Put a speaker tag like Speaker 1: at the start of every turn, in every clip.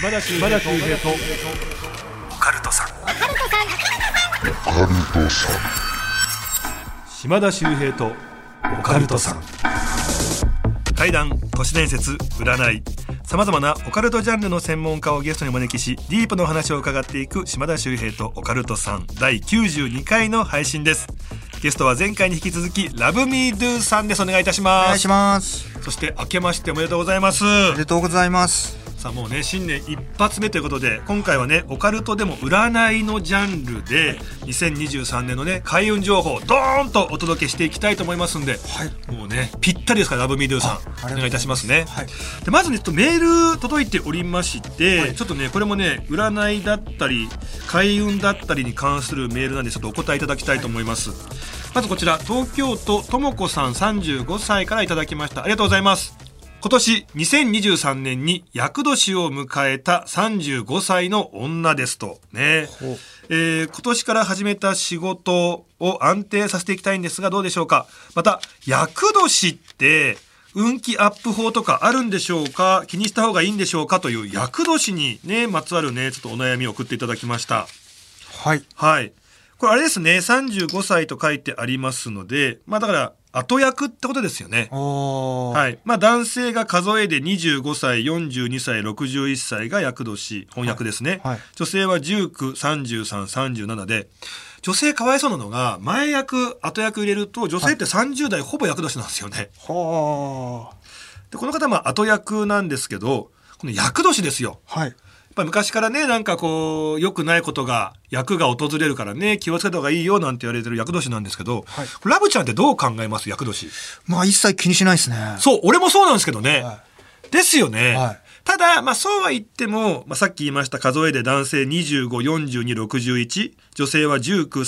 Speaker 1: 島田秀平とオカルトさん。島田秀平とオカルトさん。怪談、都市伝説、占い、さまざまなオカルトジャンルの専門家をゲストにお招きし、ディープの話を伺っていく島田秀平とオカルトさん第92回の配信です。ゲストは前回に引き続きラブミードゥさんです。お願いいたします。
Speaker 2: お願いします。
Speaker 1: そして明けましておめでとうございます。
Speaker 2: おめでとうございます。
Speaker 1: さあもうね、新年一発目ということで、今回はねオカルトでも占いのジャンルで2023年のね開運情報をドーンとお届けしていきたいと思いますんで、はい、もうねぴったりですからラブミードゥさんお願いいたしますね。はい、でまずねちょっとメール届いておりまして、はい、ちょっとねこれもね占いだったり開運だったりに関するメールなんでちょっとお答えいただきたいと思います。はい、まずこちら東京都ともこさん35歳からいただきました。ありがとうございます。今年2023年に厄年を迎えた35歳の女ですとね、今年から始めた仕事を安定させていきたいんですがどうでしょうか。また厄年って運気アップ法とかあるんでしょうか。気にした方がいいんでしょうかという厄年にねまつわるねちょっとお悩みを送っていただきました。
Speaker 2: はい
Speaker 1: はい、これあれですね、35歳と書いてありますので、だから後役ってことですよね。はい、男性が数えで25歳、42歳、61歳が厄年、翻訳ですね。はいはい、女性は19、33、37で、女性かわいそうなのが前役、後役入れると女性って30代ほぼ厄年なんですよね。でこの方は後役なんですけど、この厄年ですよ。はい、やっぱり昔からねなんかこう良くないことが厄が訪れるからね気をつけた方がいいよなんて言われてる厄年なんですけど、はい、ラブちゃんってどう考えます？厄年。
Speaker 2: 一切気にしないですね。
Speaker 1: そう俺もそうなんですけどね。はい、ですよね。はい、ただそうは言っても、さっき言いました数えで男性25、42、61、女性は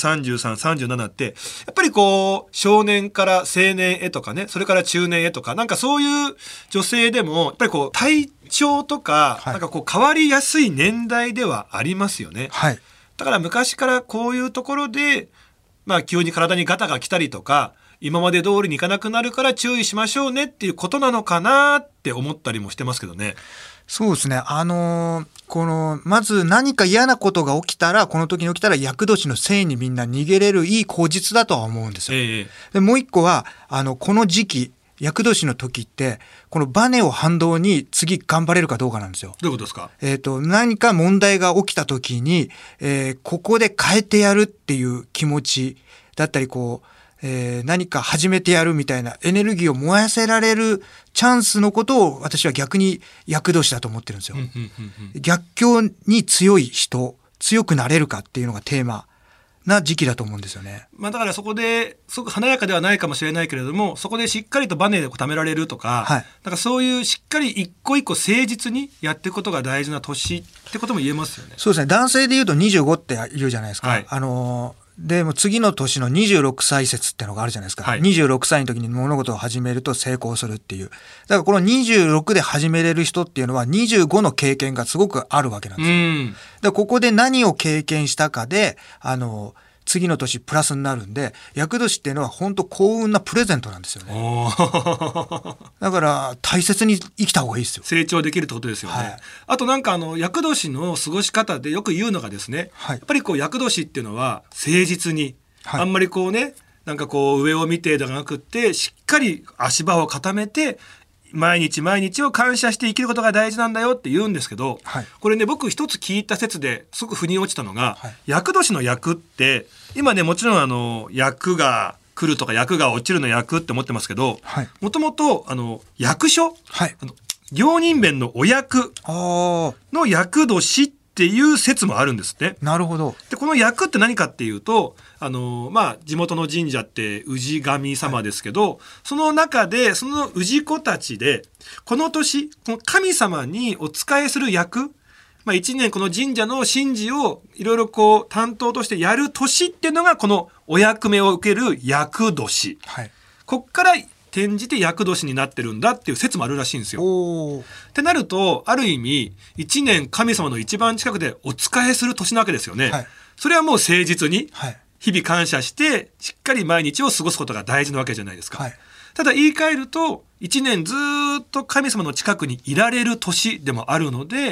Speaker 1: 19、33、37ってやっぱりこう少年から青年へとかね、それから中年へとかなんかそういう女性でもやっぱりこう体調とか、なんかこう変わりやすい年代ではありますよね。はい、だから昔からこういうところで急に体にガタが来たりとか今まで通りにいかなくなるから注意しましょうねっていうことなのかなって思ったりもしてますけどね。
Speaker 2: そうですね。まず何か嫌なことが起きたら、この時に起きたら厄年のせいにみんな逃げれるいい口実だとは思うんですよ。でもう一個は、この時期、厄年の時って、このバネを反動に次頑張れるかどうかなんですよ。
Speaker 1: どういうことですか？
Speaker 2: 何か問題が起きた時に、ここで変えてやるっていう気持ちだったり、何か始めてやるみたいなエネルギーを燃やせられるチャンスのことを私は逆に厄年だと思ってるんですよ。逆境に強い人、強くなれるかっていうのがテーマな時期だと思うんですよね。
Speaker 1: だからそこですごく華やかではないかもしれないけれども、そこでしっかりとバネを貯められるとか、はい、だからそういうしっかり一個一個誠実にやっていくことが大事な年ってことも言えますよね。
Speaker 2: そうですね。男性で言うと25って言うじゃないですか。はい、でも次の年の26歳説ってのがあるじゃないですか。はい、26歳の時に物事を始めると成功するっていう。だからこの26で始めれる人っていうのは25の経験がすごくあるわけなんですよ。だからここで何を経験したかで、次の年プラスになるんで、厄年っていうのは本当幸運なプレゼントなんですよね。だから大切に生きた方がいいですよ。
Speaker 1: 成長できるってことですよね。はい、あとなんか厄年の過ごし方でよく言うのがですね、はい、やっぱり厄年っていうのは誠実に、はい、あんまりなんか上を見てではなくってしっかり足場を固めて毎日毎日を感謝して生きることが大事なんだよって言うんですけど、はい、これね僕一つ聞いた説ですごく腑に落ちたのが、はい、厄年の厄って今ねもちろん厄が来るとか厄が落ちるの厄って思ってますけど、もともと役所、はい、行人弁のお役の厄年っていう説もあるんですね。
Speaker 2: なるほど。
Speaker 1: でこの厄って何かっていうと地元の神社って氏神様ですけど、はい、その中でその氏子たちでこの年この神様にお仕えする役、一年この神社の神事をいろいろ担当としてやる年っていうのがこのお役目を受ける厄年、はい、こっから転じて厄年になってるんだっていう説もあるらしいんですよ。ってなるとある意味一年神様の一番近くでお仕えする年なわけですよね。はい、それはもう誠実に、はい日々感謝してしっかり毎日を過ごすことが大事なわけじゃないですか。はい、ただ言い換えると1年ずっと神様の近くにいられる年でもあるので、はい、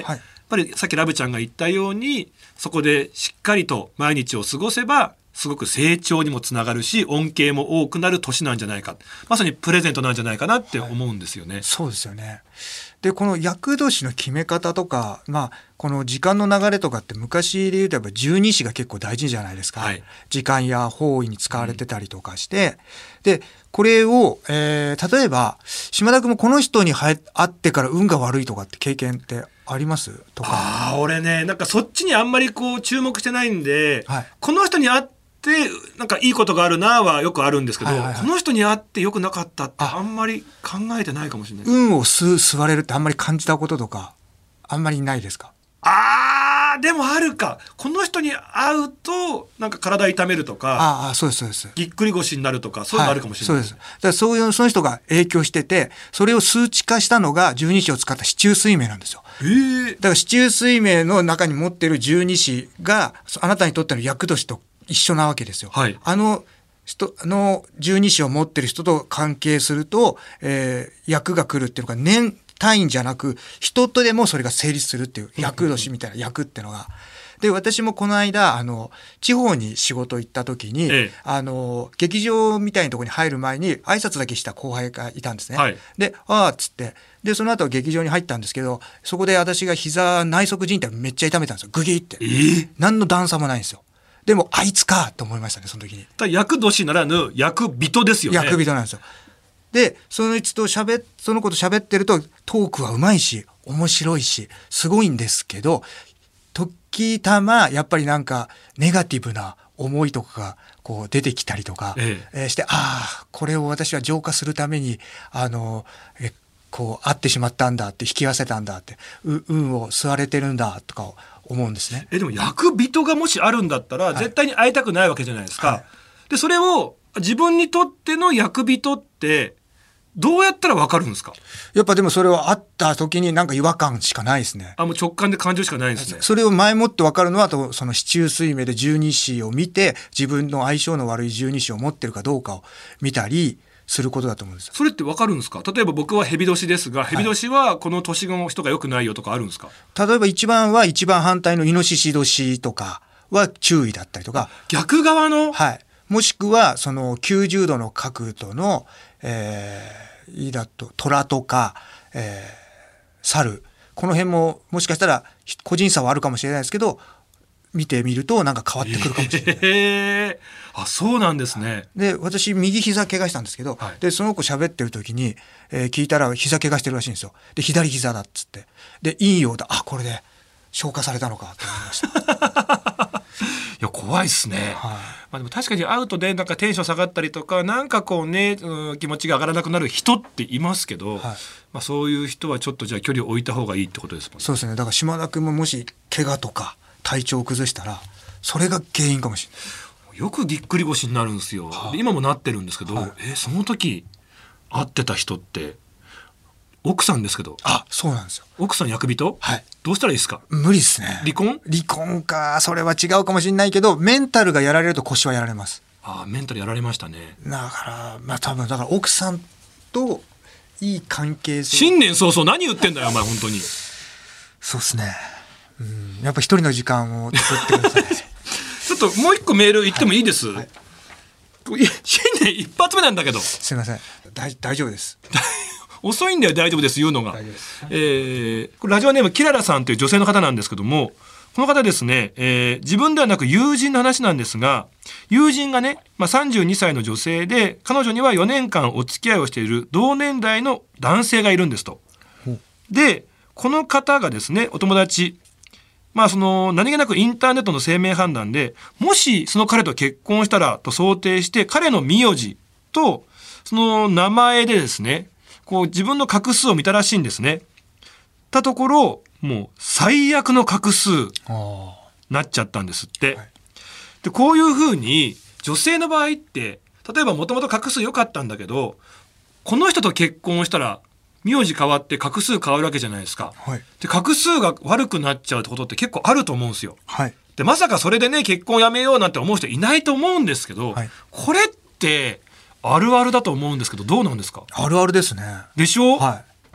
Speaker 1: ぱりさっきラブちゃんが言ったようにそこでしっかりと毎日を過ごせばすごく成長にもつながるし恩恵も多くなる年なんじゃないか、まさにプレゼントなんじゃないかなって思うんですよね。
Speaker 2: そうですよね。でこの厄年の決め方とか、この時間の流れとかって昔で言うとやっぱ十二支が結構大事じゃないですか、時間や方位に使われてたりとかして、でこれを、例えば島田君もこの人に会ってから運が悪いとかって経験ってありますとか。
Speaker 1: 俺ねなんかそっちにあんまりこう注目してないんで、この人に会ってなんかいいことがあるなはよくあるんですけど、この人に会ってよくなかったってあんまり考えてないかもしれない。
Speaker 2: 運を吸われるってあんまり感じたこととかあんまりないですか？
Speaker 1: でもあるか。この人に会うとなんか体痛めるとか、
Speaker 2: そうですそうです。
Speaker 1: ぎっくり腰になるとかそういうのあるかもしれない。
Speaker 2: そうです。だからその人が影響してて、それを数値化したのが十二支を使った四柱推命なんですよ。だから四柱推命の中に持ってる十二支があなたにとっての厄年と一緒なわけですよ。あの十二支を持ってる人と関係すると、厄が来るっていうのが年単位じゃなく人とでもそれが成立するっていう厄年みたいな厄っていうのが。で私もこの間地方に仕事行った時に、劇場みたいなところに入る前に挨拶だけした後輩がいたんですね。でっつってでその後劇場に入ったんですけど、そこで私が膝内側靭帯めっちゃ痛めたんですよ。グギって、何の段差もないんですよ。でもあいつかと思いましたねその時に。
Speaker 1: 厄年ならぬ厄人ですよね。
Speaker 2: 厄人なんですよ。でその子と喋ってるとトークはうまいし面白いしすごいんですけど、時たまやっぱりなんかネガティブな思いとかがこう出てきたりとか、して、これを私は浄化するためにこう会ってしまったんだって引き寄せたんだって運を吸われてるんだとか思うんですね。
Speaker 1: でも厄人がもしあるんだったら絶対に会いたくないわけじゃないですか。でそれを自分にとっての厄人ってどうやったら分かるんですか？
Speaker 2: やっぱでもそれを会った時になんか違和感しかないですね。
Speaker 1: もう直感で感情しかないですね。
Speaker 2: それを前もって分かるのはその四柱推命で十二支を見て自分の相性の悪い十二支を持ってるかどうかを見たりすることだと思うんですよ。
Speaker 1: それって分かるんですか？例えば僕は蛇年ですが蛇年はこの年の人が良くないよとかあるんですか？
Speaker 2: 例えば一番反対のイノシシ年とかは注意だったりとか、
Speaker 1: 逆側の、
Speaker 2: もしくはその90度の角度のだと虎とか、猿、この辺ももしかしたら個人差はあるかもしれないですけど見てみるとなんか変わってくるかもしれない。
Speaker 1: そうなんですね。
Speaker 2: で私右膝怪我したんですけど、でその子喋ってる時に、聞いたら膝怪我してるらしいんですよ。で左膝だっつってでいいようだこれで消化されたのかと思いました
Speaker 1: いや怖いですね。でも確かに会うとねなんかテンション下がったりとかなんかこうね、気持ちが上がらなくなる人っていますけど、そういう人はちょっとじゃあ距離を置いた方がいいってことですもんね。
Speaker 2: そうですね。だから島田君ももし怪我とか体調を崩したらそれが原因かもしれない。
Speaker 1: よくぎっくり腰になるんですよ。で今もなってるんですけど、その時会ってた人って奥さんですけど。
Speaker 2: そうなんですよ。
Speaker 1: 奥さん厄人？どうしたらいいですか？
Speaker 2: 無理ですね。
Speaker 1: 離
Speaker 2: 婚か。それは違うかもしれないけどメンタルがやられると腰はやられます。
Speaker 1: メンタルやられましたね。
Speaker 2: だから多分奥さんといい関係性。
Speaker 1: 新年早々何言ってんだよお前本当に。
Speaker 2: そうですね。やっぱ一人の時間を作ってください
Speaker 1: ちょっともう一個メール言ってもいいです？新年一発目なんだけど。
Speaker 2: すいません。大丈夫です
Speaker 1: 遅いんだよ大丈夫です言うのが。これラジオネームキララさんという女性の方なんですけども、この方ですね、自分ではなく友人の話なんですが、友人がね、32歳の女性で彼女には4年間お付き合いをしている同年代の男性がいるんですと。でこの方がですねお友達、その何気なくインターネットの生命判断でもしその彼と結婚したらと想定して彼の名字とその名前でですねこう自分の画数を見たらしいんですね。たところもう最悪の画数なっちゃったんですって。でこういうふうに女性の場合って例えばもともと画数良かったんだけどこの人と結婚したら名字変わって画数変わるわけじゃないですか。で画数が悪くなっちゃうってことって結構あると思うんですよ。でまさかそれでね結婚やめようなんて思う人いないと思うんですけど、これってあるあるだと思うんですけどどうなんですか？
Speaker 2: あるあるですね。
Speaker 1: でしょ？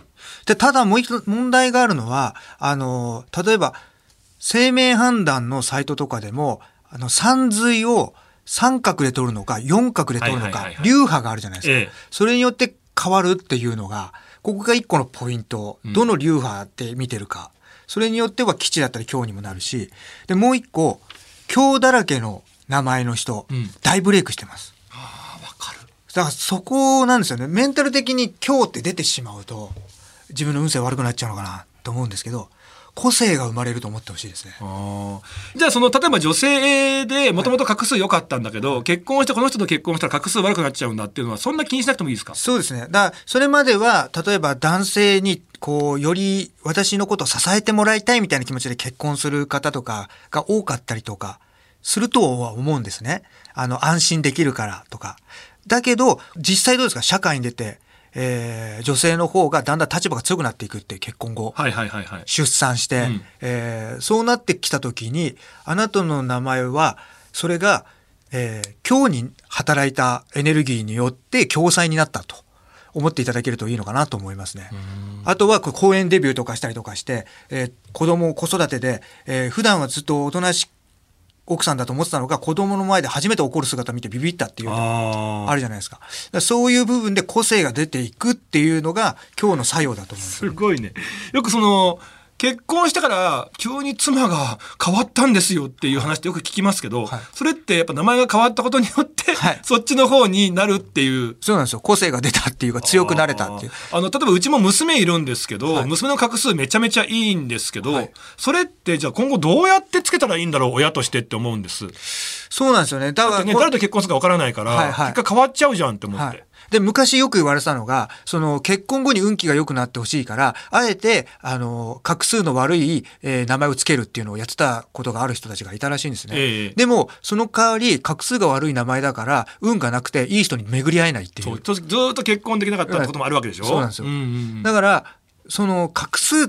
Speaker 2: で、ただもう一つ問題があるのは、例えば、生命判断のサイトとかでも、三髄を三角で取るのか、四角で取るのか、流派があるじゃないですか。それによって変わるっていうのが、ここが一個のポイント。どの流派って見てるか。それによっては基地だったり強にもなるし、で、もう一個、強だらけの名前の人、大ブレイクしてます。
Speaker 1: わかる。
Speaker 2: だからそこなんですよね。メンタル的に強って出てしまうと、自分の運勢悪くなっちゃうのかなと思うんですけど、個性が生まれると思ってほしいですね。
Speaker 1: じゃあ例えば女性でもともと画数良かったんだけど、結婚してこの人と結婚したら画数悪くなっちゃうんだっていうのはそんな気にしなくてもいいですか？
Speaker 2: そうですね。だからそれまでは例えば男性により私のことを支えてもらいたいみたいな気持ちで結婚する方とかが多かったりとかするとは思うんですね。安心できるからとか。だけど実際どうですか？社会に出て女性の方がだんだん立場が強くなっていくって結婚後、出産して、そうなってきた時にあなたの名前はそれが、強に働いたエネルギーによって共済になったと思っていただけるといいのかなと思いますね。あとは公演デビューとかしたりとかして、子育てで、普段はずっとおとなしく奥さんだと思ってたのが子供の前で初めて怒る姿を見てビビったっていうのがあるじゃないですか。そういう部分で個性が出ていくっていうのが今日の作用だと思うんです。
Speaker 1: すごいね。よく結婚してから急に妻が変わったんですよっていう話ってよく聞きますけど、それってやっぱ名前が変わったことによって、そっちの方になるっていう。
Speaker 2: そうなんですよ。個性が出たっていうか強くなれたっていう。
Speaker 1: 例えばうちも娘いるんですけど、娘の画数めちゃめちゃいいんですけど、それってじゃあ今後どうやってつけたらいいんだろう親としてって思うんです。
Speaker 2: そうなんですよね。だから
Speaker 1: ね、誰と結婚するか分からないから、結果変わっちゃうじゃんって思って。
Speaker 2: で、昔よく言われてたのが、結婚後に運気が良くなってほしいから、あえて、画数の悪い、名前をつけるっていうのをやってたことがある人たちがいたらしいんですね。でも、その代わり、画数が悪い名前だから、運がなくて、いい人に巡り合えないっていう。
Speaker 1: ずっと結婚できなかったってこともあるわけでしょ？
Speaker 2: そうなんですよ。だから、画数って、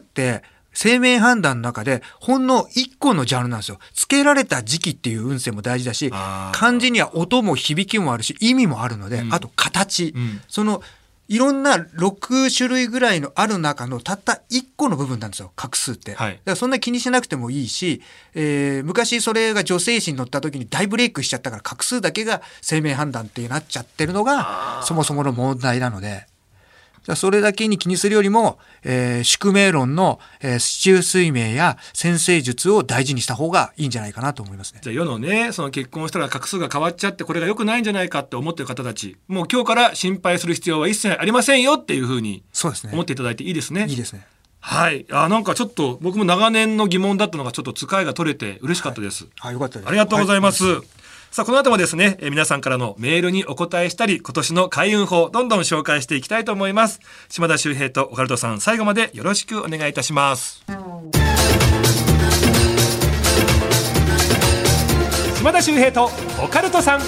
Speaker 2: 生命判断の中でほんの一個のジャンルなんですよ。つけられた時期っていう運勢も大事だし、漢字には音も響きもあるし意味もあるので、あと形、いろんな6種類ぐらいのある中のたった1個の部分なんですよ、画数って。だからそんな気にしなくてもいいし、昔それが女性誌に載った時に大ブレイクしちゃったから画数だけが生命判断ってなっちゃってるのがそもそもの問題なので。それだけに気にするよりも、宿命論の、四柱推命や占星術を大事にした方がいいんじゃないかなと思いますね。
Speaker 1: じゃあ世のね、結婚したら画数が変わっちゃってこれが良くないんじゃないかって思ってる方たち、もう今日から心配する必要は一切ありませんよっていうふうに思っていただいていいですね。
Speaker 2: いいですね。
Speaker 1: はい。なんかちょっと僕も長年の疑問だったのがちょっと使いが取れて嬉しかったです。
Speaker 2: よかったです。
Speaker 1: ありがとうございます。さあ、この後もですね、皆さんからのメールにお答えしたり、今年の開運法、どんどん紹介していきたいと思います。島田秀平とオカルトさん、最後までよろしくお願いいたします。島田秀平とオカルトさん。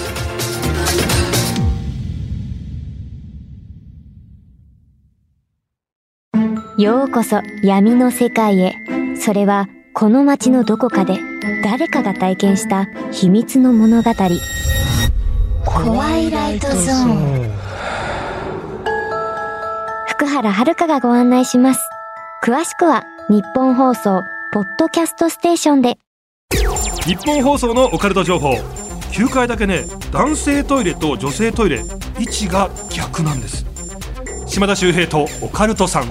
Speaker 3: ようこそ闇の世界へ。それはこの街のどこかで誰かが体験した秘密の物語。コワイライトゾーン。福原遥がご案内します。詳しくは日本放送ポッドキャストステーションで。
Speaker 1: 日本放送のオカルト情報、9階だけね、男性トイレと女性トイレ位置が逆なんです。島田秀平とオカルトさん。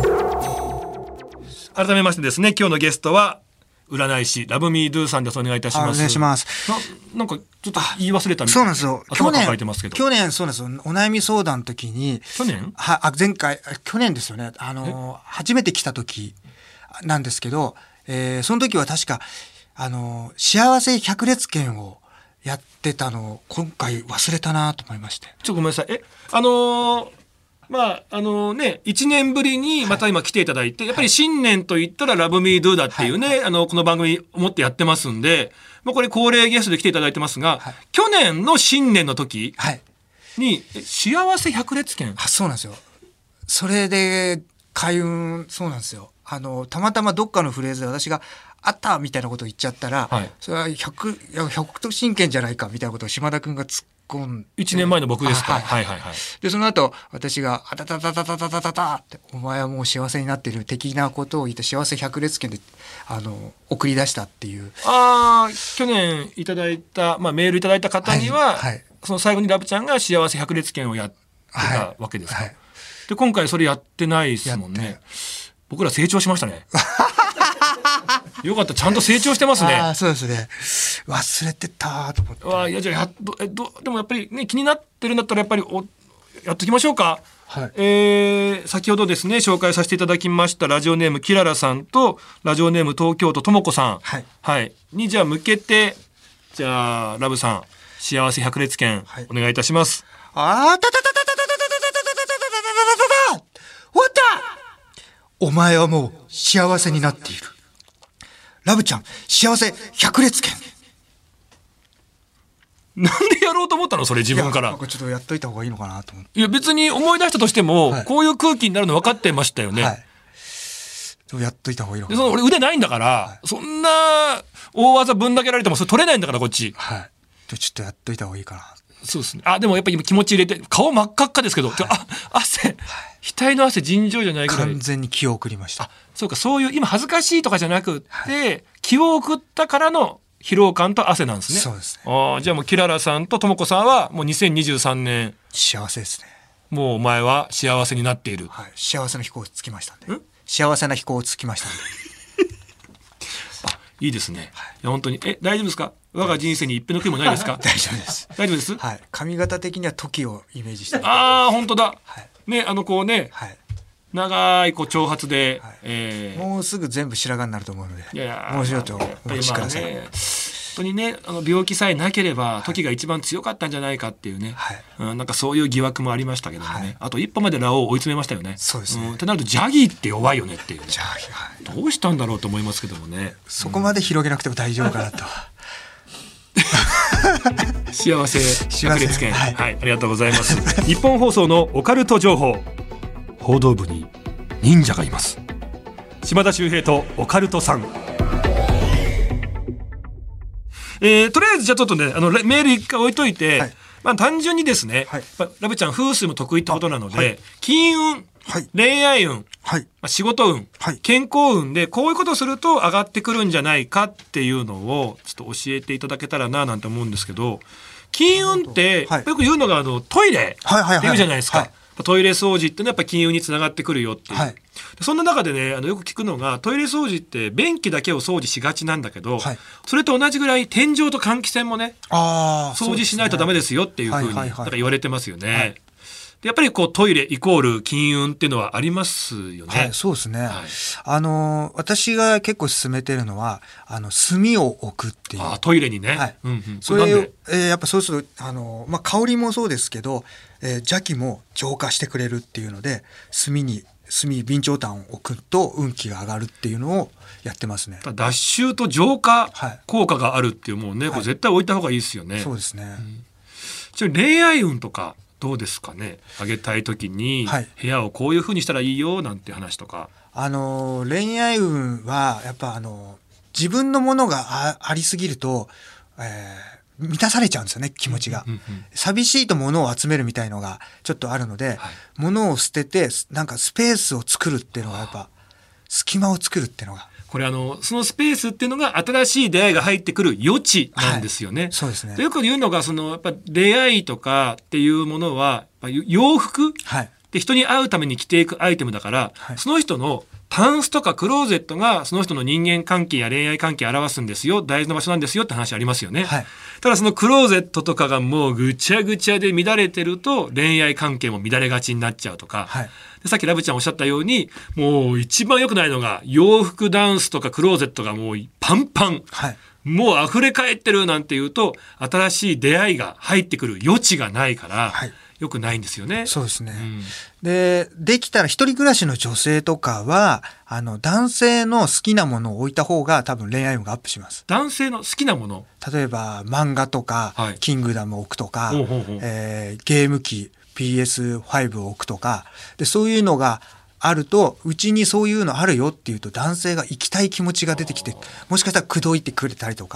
Speaker 1: 改めましてですね、今日のゲストは占い師ラブミードゥさんです。お願いいたします。
Speaker 2: お願いします。
Speaker 1: なんかちょっと言い忘れたみたいな。
Speaker 2: そうなんですよ。
Speaker 1: 頭抱えてますけど。
Speaker 2: 去年そうなんですよ。お悩み相談の時に。
Speaker 1: 去年？
Speaker 2: 前回去年ですよね。初めて来た時なんですけど、その時は確か幸せ100列券をやってたのを今回忘れたなと思いまして。
Speaker 1: ごめんなさい。1年ぶりにまた今来ていただいて、やっぱり新年と言ったらラブミードゥだっていうね、この番組思ってやってますんで、もうこれ恒例ゲストで来ていただいてますが、去年の新年の時に、幸せ100列券。
Speaker 2: そうなんですよ。それで開運、そうなんですよ。たまたまどっかのフレーズで私があったみたいなことを言っちゃったら、それは北斗神拳じゃないかみたいなことを島田君が突っ婚
Speaker 1: 1年前の僕ですか。はいはいはい。
Speaker 2: でその後私が「あたたたたたたたたた」って「お前はもう幸せになってる」的なことを言って幸せ100列券で送り出したっていう。
Speaker 1: 去年いただいた、メールいただいた方には、その最後にラブちゃんが幸せ100列券をやってたわけですか。で今回それやってないですもんね。僕ら成長しましたね。よかった、ちゃんと成長してますね。
Speaker 2: そうですね。忘れてたと思って。
Speaker 1: いやじゃあでもやっぱりね気になってるんだったらやっぱりやっときましょうか。先ほどですね紹介させていただきましたラジオネームキララさんとラジオネーム東京都ともこさん、にじゃあ向けてじゃあラブさん幸せ100列券お願いいたします。
Speaker 2: 終わった。お前はもう幸せになっている。ラブちゃん幸せ100列券。
Speaker 1: なんでやろうと思ったのそれ自分から。
Speaker 2: なんかちょっとやっといた方がいいのかなと思って。
Speaker 1: いや別に思い出したとしても、こういう空気になるの分かってましたよね。
Speaker 2: やっといた方がいいのかな。
Speaker 1: 俺腕ないんだから、そんな大技ぶんだけられてもそれ取れないんだからこっち。
Speaker 2: ちょっとやっといた方がいいかな。
Speaker 1: そうですね。でもやっぱり今気持ち入れて顔真っ赤っかですけど、汗、額の汗尋常じゃないぐらい。
Speaker 2: 完全に気を送りました。
Speaker 1: そうか、そういう今恥ずかしいとかじゃなくって、気を送ったからの疲労感と汗なんですね。
Speaker 2: そうですね。
Speaker 1: じゃあもうキララさんとともこさんはもう2023年
Speaker 2: 幸せですね。
Speaker 1: もうお前は幸せになっている。
Speaker 2: 幸せな飛行つきましたんで。幸せな飛行つきましたんで。
Speaker 1: いいですね。いや本当に大丈夫ですか。我が人生に一片の悔いもないですか。
Speaker 2: 大丈夫です。
Speaker 1: 大丈夫です。
Speaker 2: 髪型的には時をイメージして。
Speaker 1: 本当だ。ねこうね。長い長髪で、
Speaker 2: もうすぐ全部白髪になると思うので、
Speaker 1: もう
Speaker 2: ちょっとお待ちください。
Speaker 1: 本当にね病気さえなければ時が一番強かったんじゃないかっていうね、なんかそういう疑惑もありましたけどもね、あと一歩までラオウを追い詰めましたよね。
Speaker 2: そうですね。
Speaker 1: ってなるとジャギーって弱いよねっていう、どうしたんだろうと思いますけどもね。
Speaker 2: そこまで広げなくても大丈夫かなと。
Speaker 1: 幸せ100列券、ありがとうございます。日本放送のオカルト情報、報道部に忍者がいます。島田秀平とオカルトさん。とりあえずじゃあちょっとねメール一回置いといて、単純にですね、ラブちゃん風水も得意ってことなので、金運、恋愛運、仕事運、健康運でこういうことをすると上がってくるんじゃないかっていうのをちょっと教えていただけたらななんて思うんですけど、金運ってよく言うのがトイレって言うじゃないですか。トイレ掃除ってのはやっぱ金運につながってくるよっていう、そんな中でねよく聞くのがトイレ掃除って便器だけを掃除しがちなんだけど、それと同じぐらい天井と換気扇もね掃除しないとダメですよっていうふうになんか言われてますよね。でやっぱりトイレイコール金運っていうのはありますよね。
Speaker 2: そうですね。私が結構勧めてるのは炭を置くっていう。
Speaker 1: トイレにね。
Speaker 2: それやっぱそうすると香りもそうですけど、邪気も浄化してくれるっていうので備長炭を置くと運気が上がるっていうのをやってますね。
Speaker 1: 脱臭と浄化効果があるっていうもうね、これ絶対置いた方がいいですよね。
Speaker 2: そうですね。
Speaker 1: 恋愛運とかどうですかね。あげたい時に部屋をこういう風にしたらいいよなんて話とか。
Speaker 2: 恋愛運はやっぱ自分のものがありすぎると、満たされちゃうんですよね、気持ちが。寂しいと物を集めるみたいのがちょっとあるので、物を捨ててなんかスペースを作るっていうのがやっぱ隙間を作るっていうのが。
Speaker 1: これそのスペースっていうのが新しい出会いが入ってくる余地なんですよね。
Speaker 2: そうですね。
Speaker 1: よく言うのがやっぱ出会いとかっていうものは洋服、で人に会うために着ていくアイテムだから、その人のタンスとかクローゼットがその人の人間関係や恋愛関係を表すんですよ、大事な場所なんですよって話ありますよね。ただそのクローゼットとかがもうぐちゃぐちゃで乱れてると恋愛関係も乱れがちになっちゃうとか、でさっきラブちゃんおっしゃったようにもう一番良くないのが洋服ダンスとかクローゼットがもうパンパン、もう溢れ返ってるなんていうと新しい出会いが入ってくる余地がないから、よくないんですよね。
Speaker 2: そうですね。できたら一人暮らしの女性とかは男性の好きなものを置いた方が多分恋愛運がアップします。
Speaker 1: 男性の好きなもの、
Speaker 2: 例えば漫画とか、キングダムを置くとか、ゲーム機 PS5 を置くとかで、そういうのがあるとうちにそういうのあるよっていうと男性が行きたい気持ちが出てきて、もしかしたら口説いてくれたりとか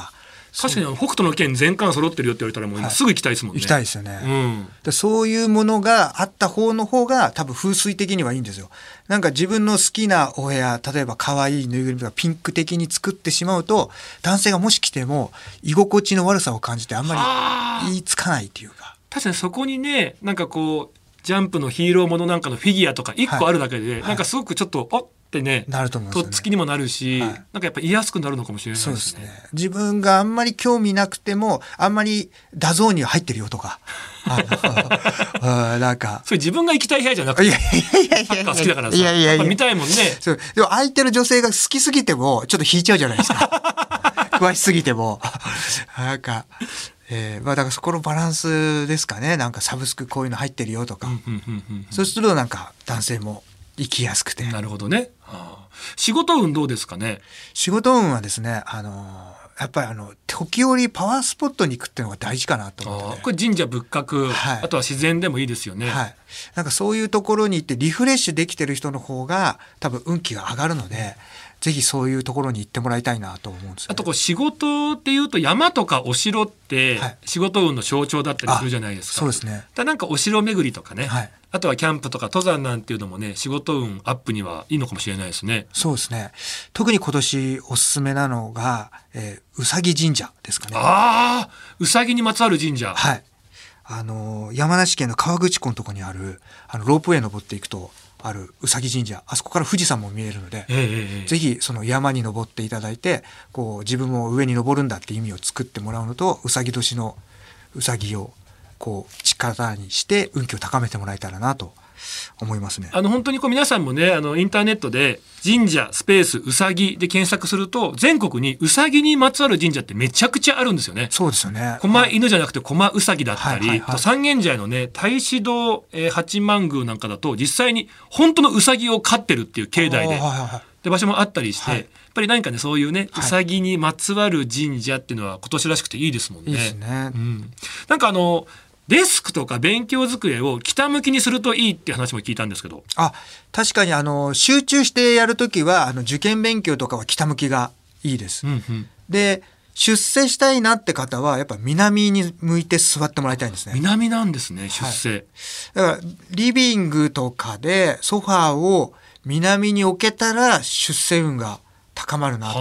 Speaker 1: 確かに北斗の拳全巻揃ってるよって言われたらもう今すぐ行きたいですもんね。
Speaker 2: 行きたいですよね。でそういうものがあった方の方が多分風水的にはいいんですよ。なんか自分の好きなお部屋、例えば可愛いぬいぐるみとかピンク的に作ってしまうと、男性がもし来ても居心地の悪さを感じてあんまり言いつかないっていうか。
Speaker 1: 確かにそこにね、なんかこうジャンプのヒーローものなんかのフィギュアとか1個あるだけで、なんかすごくちょっとってね、
Speaker 2: なると思うんですよね。
Speaker 1: とっつきにもなるし、なんかやっぱ言いやすくなるのかもしれないですね。
Speaker 2: そうですね。自分があんまり興味なくても、あんまりダゾーンに入ってるよとか。なんか。
Speaker 1: それ自分が行きたい部屋じゃなくて、サッカー好きだからさ、やっぱ見たいもんね。
Speaker 2: そう。でも相手の女性が好きすぎても、ちょっと引いちゃうじゃないですか。詳しすぎても。なんか。だからそこのバランスですかね。なんかサブスクこういうの入ってるよとか。そうするとなんか男性も生きやすくて。
Speaker 1: なるほどね。仕事運どうですかね。
Speaker 2: 仕事運はですね、やっぱり時折パワースポットに行くっていうのが大事かなと思って、ね、
Speaker 1: これ神社仏閣、あとは自然でもいいですよね。
Speaker 2: なんかそういうところに行ってリフレッシュできてる人の方が多分運気が上がるので、ぜひそういうところに行ってもらいたいなと思うんですよね。
Speaker 1: あとこう仕事っていうと山とかお城って仕事運の象徴だったりするじゃないですか。
Speaker 2: そうですね。
Speaker 1: なんかお城巡りとかね、あとはキャンプとか登山なんていうのもね、仕事運アップにはいいのかもしれないですね。
Speaker 2: そうですね。特に今年おすすめなのが、うさぎ神社ですかね。
Speaker 1: うさぎにまつわる神社。
Speaker 2: 山梨県の河口湖のところにあるロープウェイ登っていくとあるうさぎ神社、あそこから富士山も見えるので、ぜひその山に登っていただいて、こう自分も上に登るんだって意味を作ってもらうのと、うさぎ年のうさぎをこう力にして運気を高めてもらえたらなと思いますね。
Speaker 1: 本当にこう皆さんもね、インターネットで神社スペースうさぎで検索すると、全国にうさぎにまつわる神社ってめちゃくちゃあるんですよね。
Speaker 2: そうですよね。
Speaker 1: 狛犬じゃなくて狛うさぎだったり、三軒茶屋のね太子堂、八幡宮なんかだと実際に本当のうさぎを飼ってるっていう境内で、場所もあったりして、やっぱり何かね、そういうね、うさぎにまつわる神社っていうのは今年らしくていいですもんね。
Speaker 2: いいですね。
Speaker 1: なんかデスクとか勉強机を北向きにするといいって話も聞いたんですけど。
Speaker 2: 確かに集中してやるときは受験勉強とかは北向きがいいです。で出世したいなって方はやっぱ南に向いて座ってもらいたいんですね。
Speaker 1: 南なんですね、出世。
Speaker 2: だからリビングとかでソファーを南に置けたら出世運が高まるなって。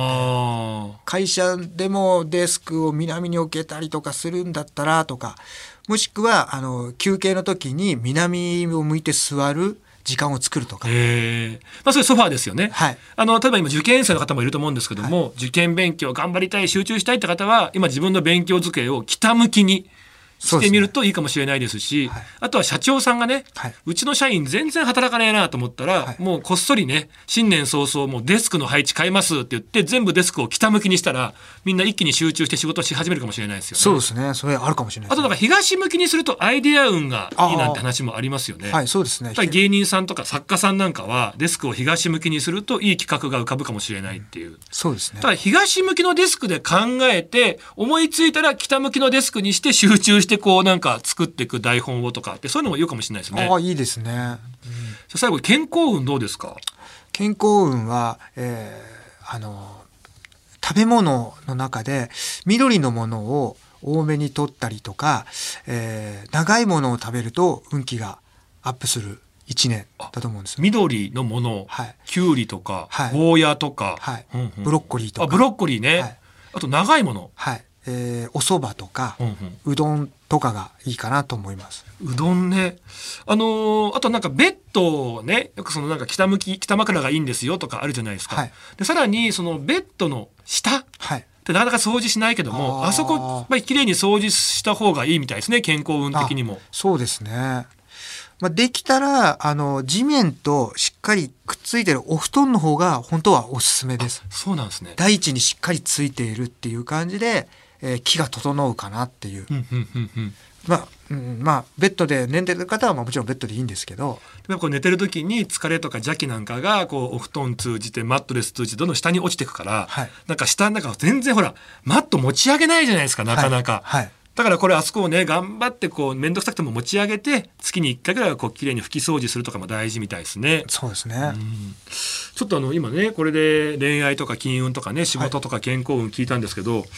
Speaker 2: 会社でもデスクを南に置けたりとかするんだったらとか、もしくは休憩の時に南を向いて座る時間を作るとか。
Speaker 1: それソファーですよね。例えば今受験生の方もいると思うんですけども、受験勉強頑張りたい、集中したいって方は今自分の勉強机を北向きにしてみるといいかもしれないですし、あとは社長さんがね、うちの社員全然働かねえなと思ったら、もうこっそりね、新年早々もうデスクの配置変えますって言って全部デスクを北向きにしたら、みんな一気に集中して仕事し始めるかもしれないですよね。
Speaker 2: そうですね。それあるかもしれないですね。
Speaker 1: あとなんか東向きにするとアイデア運がいいなんて話もありますよね。
Speaker 2: そうですね。
Speaker 1: 芸人さんとか作家さんなんかはデスクを東向きにするといい企画が浮かぶかもしれないっていう。
Speaker 2: そうですね。
Speaker 1: ただ東向きのデスクで考えて思いついたら北向きのデスクにして集中してこうなんか作っていく台本をとかってそういうのもいいかもしれないですね。
Speaker 2: いいですね。
Speaker 1: 最後健康運どうですか？
Speaker 2: 健康運は、食べ物の中で緑のものを多めに取ったりとか、長いものを食べると運気がアップする1年だと思うんですよ。
Speaker 1: 緑のもの、きゅうりとか、ゴーヤとか、
Speaker 2: ブロッコリーとか。
Speaker 1: ブロッコリーね。あと長いもの。
Speaker 2: お蕎麦とか、うどんとかがいいかなと思います。
Speaker 1: うどんね。あとなんかベッドをね、よくそのなんか北枕がいいんですよとかあるじゃないですか。でさらにそのベッドの下ってなかなか掃除しないけども、あそこやっぱりきれいに掃除した方がいいみたいですね、健康運的にも。
Speaker 2: そうですね。できたら地面としっかりくっついてるお布団の方が本当はおすすめです。
Speaker 1: そうなんですね。
Speaker 2: 大地にしっかりついているっていう感じで、気が整うかなっていう。ベッドで寝てる方はもちろんベッドでいいんですけど、
Speaker 1: でもこう寝てる時に疲れとか邪気なんかがこうお布団通じてマットレス通じてどんどん下に落ちていくから、なんか下の中全然ほらマット持ち上げないじゃないですか、なかなか。だからこれあそこをね頑張ってこう面倒くさくても持ち上げて月に1回ぐらいはこうきれいに拭き掃除するとかも大事みたいですね。
Speaker 2: そうですね。
Speaker 1: ちょっと今ねこれで恋愛とか金運とかね仕事とか健康運聞いたんですけど、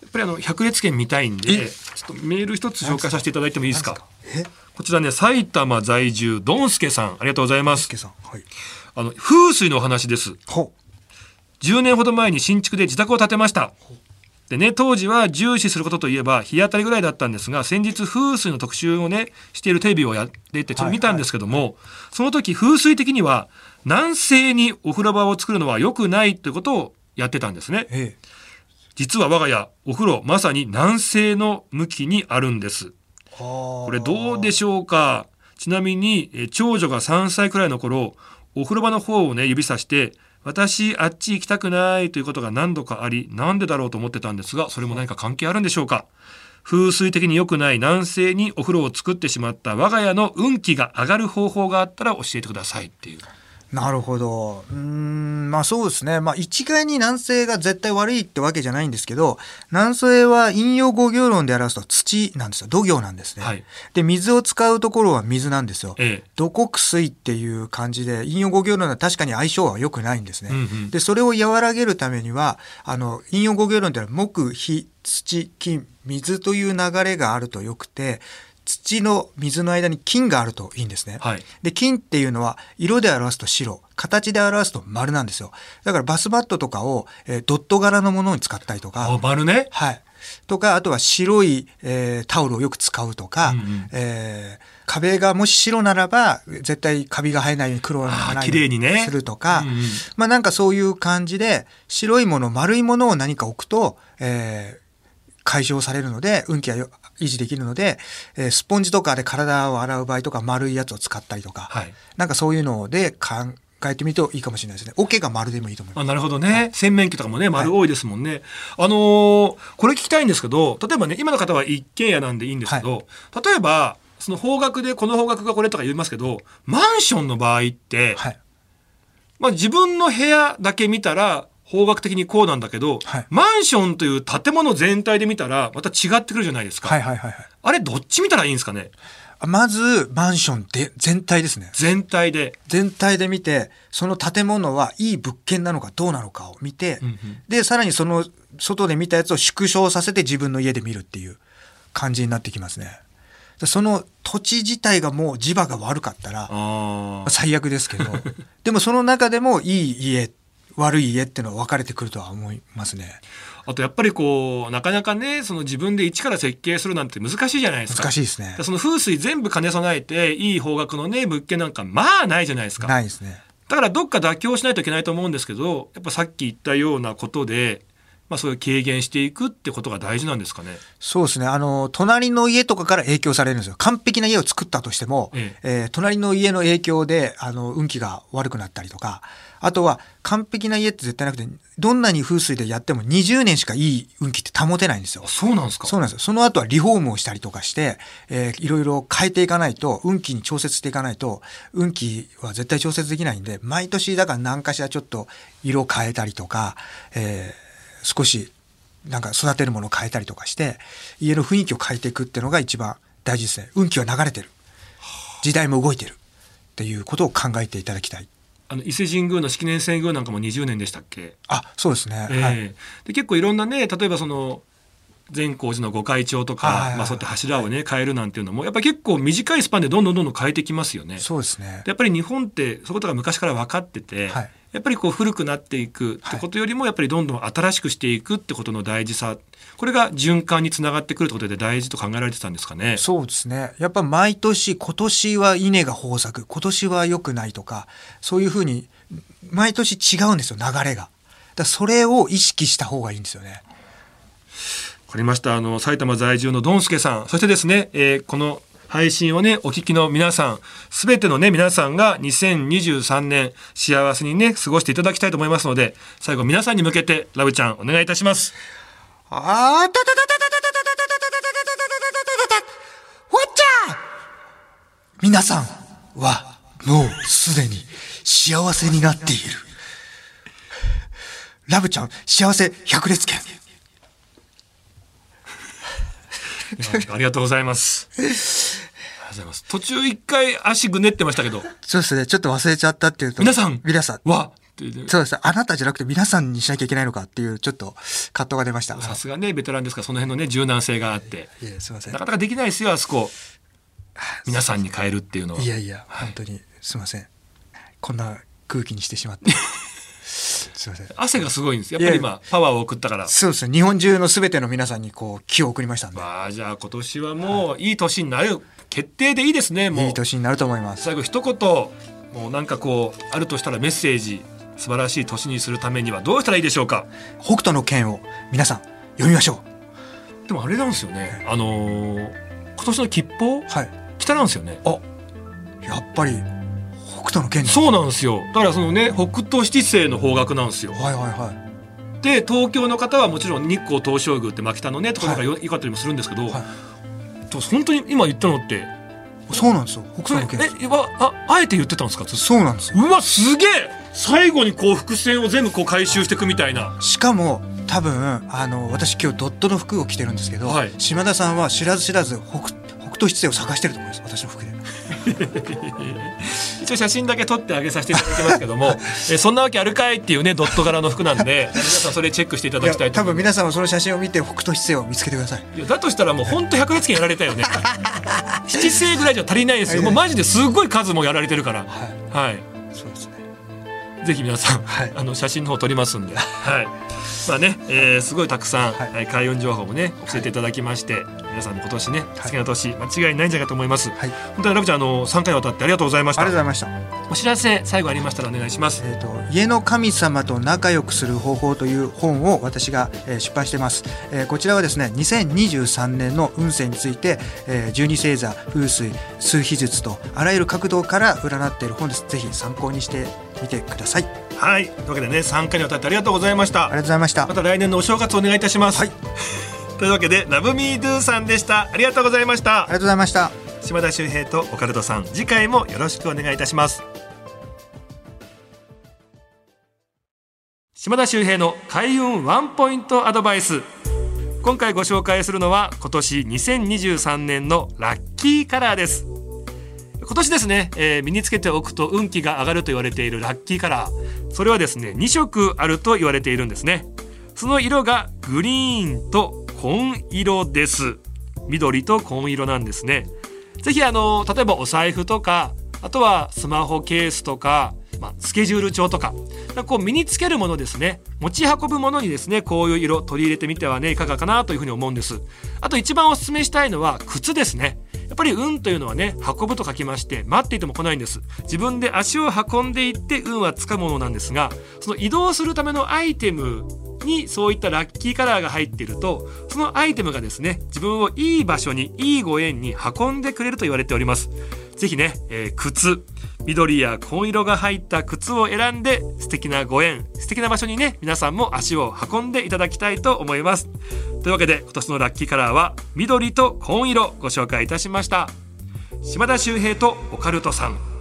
Speaker 1: ぱり百列拳見たいんで、ちょっとメール一つ紹介させていただいてもいいですか。こちらね、埼玉在住ドンスケさん、ありがとうございます。
Speaker 2: はい、
Speaker 1: 風水のお話です。10年ほど前に新築で自宅を建てました。でね、当時は重視することといえば日当たりぐらいだったんですが、先日風水の特集をねしているテレビをやっていてちょっと見たんですけども、その時風水的には南西にお風呂場を作るのは良くないということをやってたんですね。実は我が家お風呂まさに南西の向きにあるんです。これどうでしょうか。ちなみに長女が3歳くらいの頃、お風呂場の方をね指さして、私あっち行きたくないということが何度かあり、なんでだろうと思ってたんですが、それも何か関係あるんでしょうか。風水的に良くない南西にお風呂を作ってしまった我が家の運気が上がる方法があったら教えてくださいっていう。
Speaker 2: なるほど。まあそうですね。まあ一概に南西が絶対悪いってわけじゃないんですけど、南西は陰陽五行論で表すと土なんですよ。土行なんですね。で、水を使うところは水なんですよ。土木水っていう感じで、陰陽五行論は確かに相性は良くないんですね。で、それを和らげるためには、陰陽五行論ってのは木、火、土、金、水という流れがあると良くて、土の水の間に金があるといいんですね。で、金っていうのは色で表すと白、形で表すと丸なんですよ。だからバスマットとかを、ドット柄のものに使ったりとか。
Speaker 1: 丸ね。
Speaker 2: とか、あとは白い、タオルをよく使うとか、壁がもし白ならば絶対カビが生えないように黒がないようにするとか、まあなんかそういう感じで白いもの、丸いものを何か置くと、解消されるので運気が維持できるので、スポンジとかで体を洗う場合とか丸いやつを使ったりとか、なんかそういうので考えてみるといいかもしれないですね。桶が丸でもいいと思います。
Speaker 1: なるほどね。洗面器とかもね丸多いですもんね。これ聞きたいんですけど、例えばね今の方は一軒家なんでいいんですけど、例えばその方角でこの方角がこれとか言いますけど、マンションの場合って、まあ自分の部屋だけ見たら方角的にこうなんだけど、マンションという建物全体で見たらまた違ってくるじゃないですか。あれどっち見たらいいんですかね。
Speaker 2: まずマンションで全体ですね。全体で見て、その建物はいい物件なのかどうなのかを見て、でさらにその外で見たやつを縮小させて自分の家で見るっていう感じになってきますね。その土地自体がもう磁場が悪かったら最悪ですけどでもその中でもいい家悪い家っていうのは分かれてくるとは思いますね。
Speaker 1: あとやっぱりこうなかなかねその自分で一から設計するなんて難しいじゃないですか。
Speaker 2: 難しいですね。
Speaker 1: その風水全部兼ね備えていい方角のね物件なんかまあないじゃないですか。
Speaker 2: ないですね。
Speaker 1: だからどっか妥協しないといけないと思うんですけど、やっぱさっき言ったようなことでまあ、そういう軽減していくってことが大事なんですかね。
Speaker 2: そうですね。隣の家とかから影響されるんですよ。完璧な家を作ったとしても、隣の家の影響で運気が悪くなったりとか、あとは完璧な家って絶対なくて、どんなに風水でやっても20年しかいい運気って保てないんですよ。
Speaker 1: そうなんですか。
Speaker 2: そうなんですよ。その後はリフォームをしたりとかして、いろいろ変えていかないと、運気に調節していかないと、運気は絶対調節できないんで、毎年だから何かしらちょっと色変えたりとか、少しなんか育てるものを変えたりとかして家の雰囲気を変えていくっていうのが一番大事ですね。運気は流れてる、時代も動いてるっていうことを考えていただきたい。
Speaker 1: 伊勢神宮の式年遷宮なんかも20年でしたっけ。
Speaker 2: そうですね、
Speaker 1: で結構いろんなね、例えばその善光寺の御開帳とか、そうやって柱をね変えるなんていうのもやっぱり結構短いスパンでどんどん変えてきますよね。
Speaker 2: そうですね。
Speaker 1: やっぱり日本ってそういうことが昔から分かってて、やっぱりこう古くなっていくってことよりもやっぱりどんどん新しくしていくってことの大事さ、これが循環につながってくるってことで大事と考えられてたんですかね。
Speaker 2: そうですね。やっぱ毎年今年は稲が豊作、今年は良くないとか、そういうふうに毎年違うんですよ、流れが。それを意識した方がいいんですよね。
Speaker 1: わかりました。埼玉在住のドンスケさん、そしてですね、この配信をねお聞きの皆さん、すべてのね皆さんが2023年幸せにね過ごしていただきたいと思いますので、最後皆さんに向けてラブちゃんお願いいたします。
Speaker 2: 皆さんはもうすでに幸せになっている。ラブちゃん幸せ100列拳。
Speaker 1: ありがとうございます。途中一回足ぐねってましたけど。
Speaker 2: そうですね。ちょっと忘れちゃったっていうと。
Speaker 1: 皆さんは
Speaker 2: そうです。あなたじゃなくて皆さんにしなきゃいけないのかっていうちょっと葛藤が出ました。
Speaker 1: さすがねベテランですからその辺のね柔軟性があって、
Speaker 2: すいません、
Speaker 1: なかなかできないですよあそこ皆さんに変えるっていうのは。
Speaker 2: いやいや、本当にすいません、こんな空気にしてしまってすいません。
Speaker 1: 汗がすごいんですやっぱり今パワーを送ったから。
Speaker 2: そうですね、日本中のすべての皆さんにこう気を送りましたんで、
Speaker 1: じゃあ今年はもういい年になる決定でいいですね。もう
Speaker 2: いい年になると思います。
Speaker 1: 最後一言もうなんかこうあるとしたらメッセージ、素晴らしい年にするためにはどうしたらいいでしょうか。
Speaker 2: 北斗の拳を皆さん読みましょ
Speaker 1: う。でもあれなんですよね、今年の吉報、北なんですよね。
Speaker 2: やっぱり北斗の拳。
Speaker 1: そうなんですよ。だからそのね北斗七星の方角なんですよ。で東京の方はもちろん日光東照宮って牧田のねところが良かったりもするんですけど、本当に今言ったのって
Speaker 2: そうなんですよ。北斗の拳。
Speaker 1: あえて言ってたんですか。
Speaker 2: そうなんですよ。
Speaker 1: うわすげえ。最後にこう伏線を全部こう回収していくみたいな。
Speaker 2: しかも多分私今日ドットの服を着てるんですけど、島田さんは知らず知らず北斗七星を探してると思います、私の服で
Speaker 1: 一応写真だけ撮ってあげさせていただきますけどもそんなわけあるかいっていうねドット柄の服なんで皆さんそれチェックしていただきたいと思います。
Speaker 2: 多分皆さんはその写真を見て北斗七星を見つけてください。
Speaker 1: いやだとしたらもう本当100列券やられたよね七星ぐらいじゃ足りないですよ。もうマジですごい数もやられてるから。
Speaker 2: そうですね。
Speaker 1: ぜひ皆さん、写真の方撮りますんで、まあね、すごいたくさん、開運情報もね教えていただきまして、皆さんも今年ね好きな年間違いないんじゃないかと思います。本当にラブちゃん3回にわたってありがとうございました。
Speaker 2: ありがとうございました。
Speaker 1: お知らせ最後ありましたらお願いします。
Speaker 2: 家の神様と仲良くする方法という本を私が出版しています。こちらはですね2023年の運勢について12星座、風水、数秘術とあらゆる角度から占っている本です。ぜひ参考にしてみてください。
Speaker 1: はい、というわけでね3回にわたってありがとうございました。
Speaker 2: ありがとうございました。
Speaker 1: また来年のお正月お願いいたします。というわけでラブミードゥさんでした。ありがとうございました。
Speaker 2: ありがとうございました。
Speaker 1: 島田秀平とオカルトさん、次回もよろしくお願いいたします。島田秀平の開運ワンポイントアドバイス。今回ご紹介するのは今年2023年のラッキーカラーです。今年ですね、身につけておくと運気が上がると言われているラッキーカラー、それはですね2色あると言われているんですね。その色がグリーンと紺色です。緑と紺色なんですね。ぜひ例えばお財布とか、あとはスマホケースとか、スケジュール帳とか、こう身につけるものですね、持ち運ぶものにですねこういう色取り入れてみてはねいかがかなというふうに思うんです。あと一番おすすめしたいのは靴ですね。やっぱり運というのはね運ぶと書きまして待っていても来ないんです。自分で足を運んでいって運はつかむものなんですが、その移動するためのアイテムにそういったラッキーカラーが入っていると、そのアイテムがですね自分をいい場所にいいご縁に運んでくれると言われております。ぜひね、靴、緑や紺色が入った靴を選んで素敵なご縁、素敵な場所にね皆さんも足を運んでいただきたいと思います。というわけで今年のラッキーカラーは緑と紺色ご紹介いたしました。島田秀平とオカルトさん。